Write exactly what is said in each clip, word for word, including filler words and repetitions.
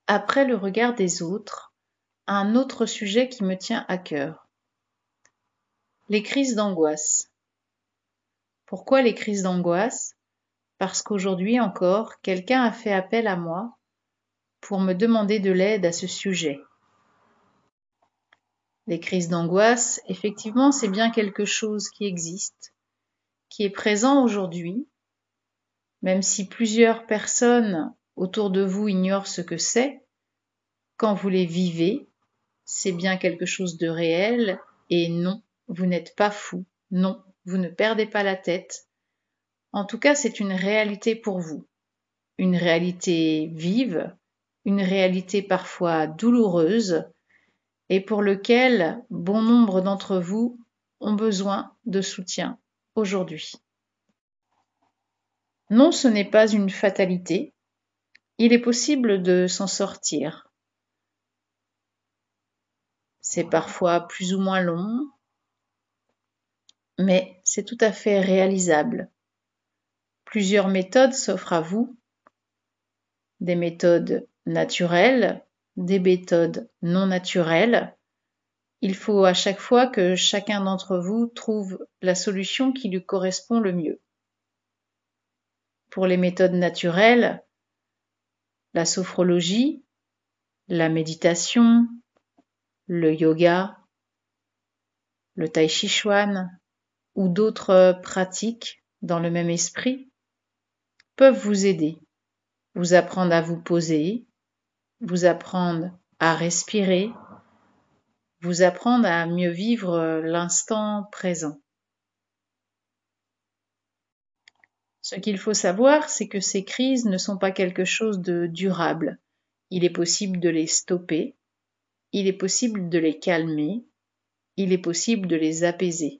Après le regard des autres, un autre sujet qui me tient à cœur. Les crises d'angoisse. Pourquoi les crises d'angoisse? Parce qu'aujourd'hui encore, quelqu'un a fait appel à moi pour me demander de l'aide à ce sujet. Les crises d'angoisse, effectivement, c'est bien quelque chose qui existe, qui est présent aujourd'hui, même si plusieurs personnes autour de vous ignorent ce que c'est. Quand vous les vivez, c'est bien quelque chose de réel, et non, vous n'êtes pas fou, non, vous ne perdez pas la tête. En tout cas, c'est une réalité pour vous, une réalité vive, une réalité parfois douloureuse, et pour lequel bon nombre d'entre vous ont besoin de soutien aujourd'hui. Non, ce n'est pas une fatalité, il est possible de s'en sortir. C'est parfois plus ou moins long, mais c'est tout à fait réalisable. Plusieurs méthodes s'offrent à vous, des méthodes naturelles, des méthodes non naturelles. Il faut à chaque fois que chacun d'entre vous trouve la solution qui lui correspond le mieux. Pour les méthodes naturelles, la sophrologie, la méditation, le yoga, le tai chi chuan ou d'autres pratiques dans le même esprit peuvent vous aider, vous apprendre à vous poser, vous apprendre à respirer, vous apprendre à mieux vivre l'instant présent. Ce qu'il faut savoir, c'est que ces crises ne sont pas quelque chose de durable. Il est possible de les stopper, il est possible de les calmer, il est possible de les apaiser.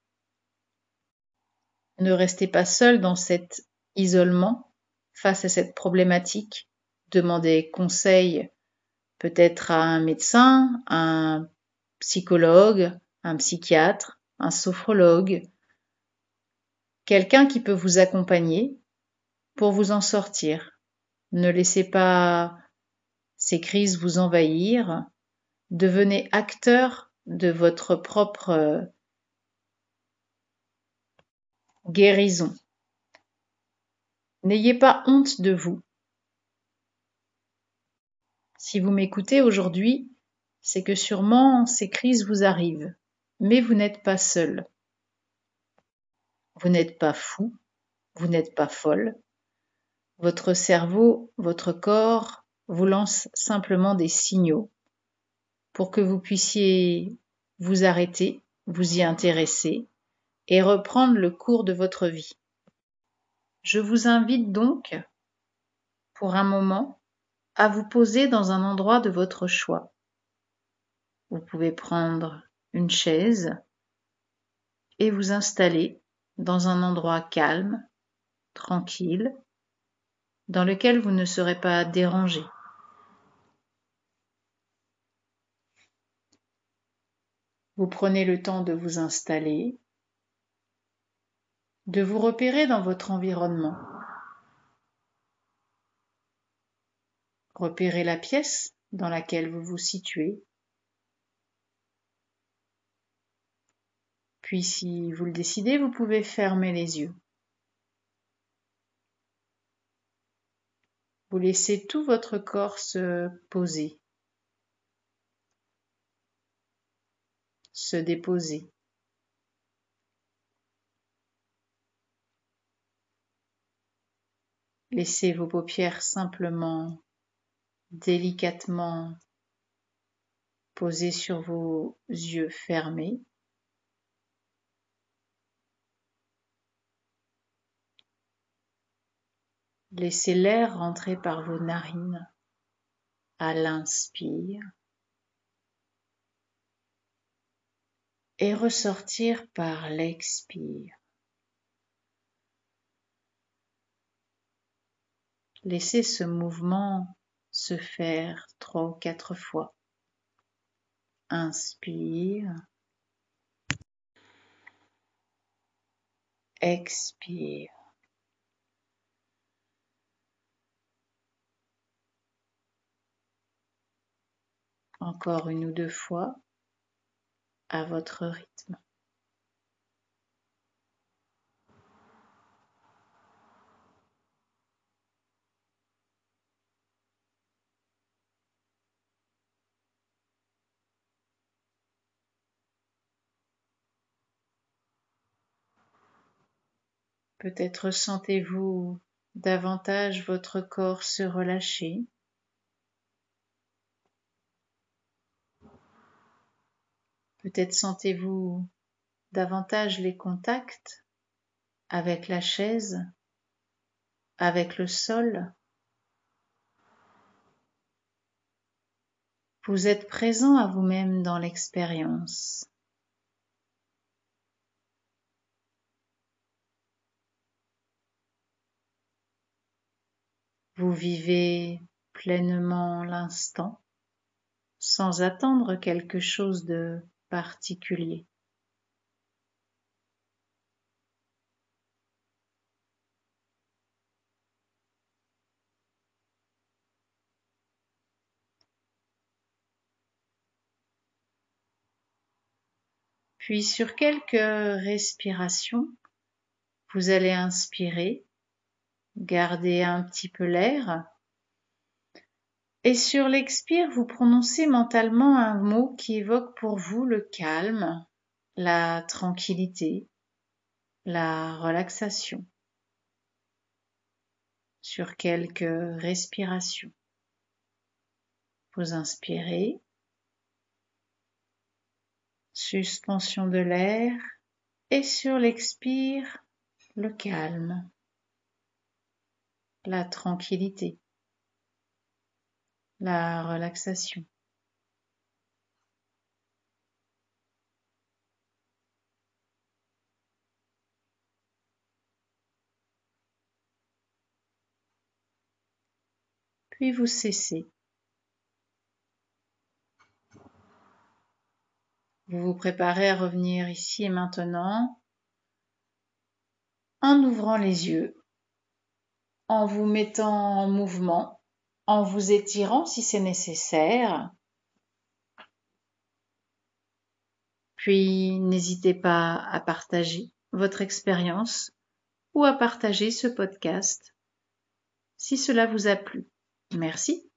Ne restez pas seul dans cet isolement face à cette problématique. Demandez conseil peut-être à un médecin, à un psychologue, un psychiatre, un sophrologue, quelqu'un qui peut vous accompagner pour vous en sortir. Ne laissez pas ces crises vous envahir. Devenez acteur de votre propre guérison. N'ayez pas honte de vous. Si vous m'écoutez aujourd'hui, c'est que sûrement ces crises vous arrivent, mais vous n'êtes pas seul. Vous n'êtes pas fou, vous n'êtes pas folle. Votre cerveau, votre corps vous lance simplement des signaux pour que vous puissiez vous arrêter, vous y intéresser et reprendre le cours de votre vie. Je vous invite donc, pour un moment, à vous poser dans un endroit de votre choix. Vous pouvez prendre une chaise et vous installer dans un endroit calme, tranquille, dans lequel vous ne serez pas dérangé. Vous prenez le temps de vous installer, de vous repérer dans votre environnement. Repérez la pièce dans laquelle vous vous situez. Puis si vous le décidez, vous pouvez fermer les yeux. Vous laissez tout votre corps se poser, se déposer. Laissez vos paupières simplement, délicatement posées sur vos yeux fermés. Laissez l'air rentrer par vos narines à l'inspire et ressortir par l'expire. Laissez ce mouvement se faire trois ou quatre fois. Inspire, expire. Encore une ou deux fois à votre rythme. Peut-être sentez-vous davantage votre corps se relâcher. Peut-être sentez-vous davantage les contacts avec la chaise, avec le sol. Vous êtes présent à vous-même dans l'expérience. Vous vivez pleinement l'instant sans attendre quelque chose de particulier. Puis sur quelques respirations, vous allez inspirer, garder un petit peu l'air, et sur l'expire, vous prononcez mentalement un mot qui évoque pour vous le calme, la tranquillité, la relaxation. Sur quelques respirations, vous inspirez, suspension de l'air, et sur l'expire, le calme, la tranquillité, la relaxation. Puis vous cessez. Vous vous préparez à revenir ici et maintenant en ouvrant les yeux, en vous mettant en mouvement, en vous étirant si c'est nécessaire. Puis n'hésitez pas à partager votre expérience ou à partager ce podcast si cela vous a plu. Merci.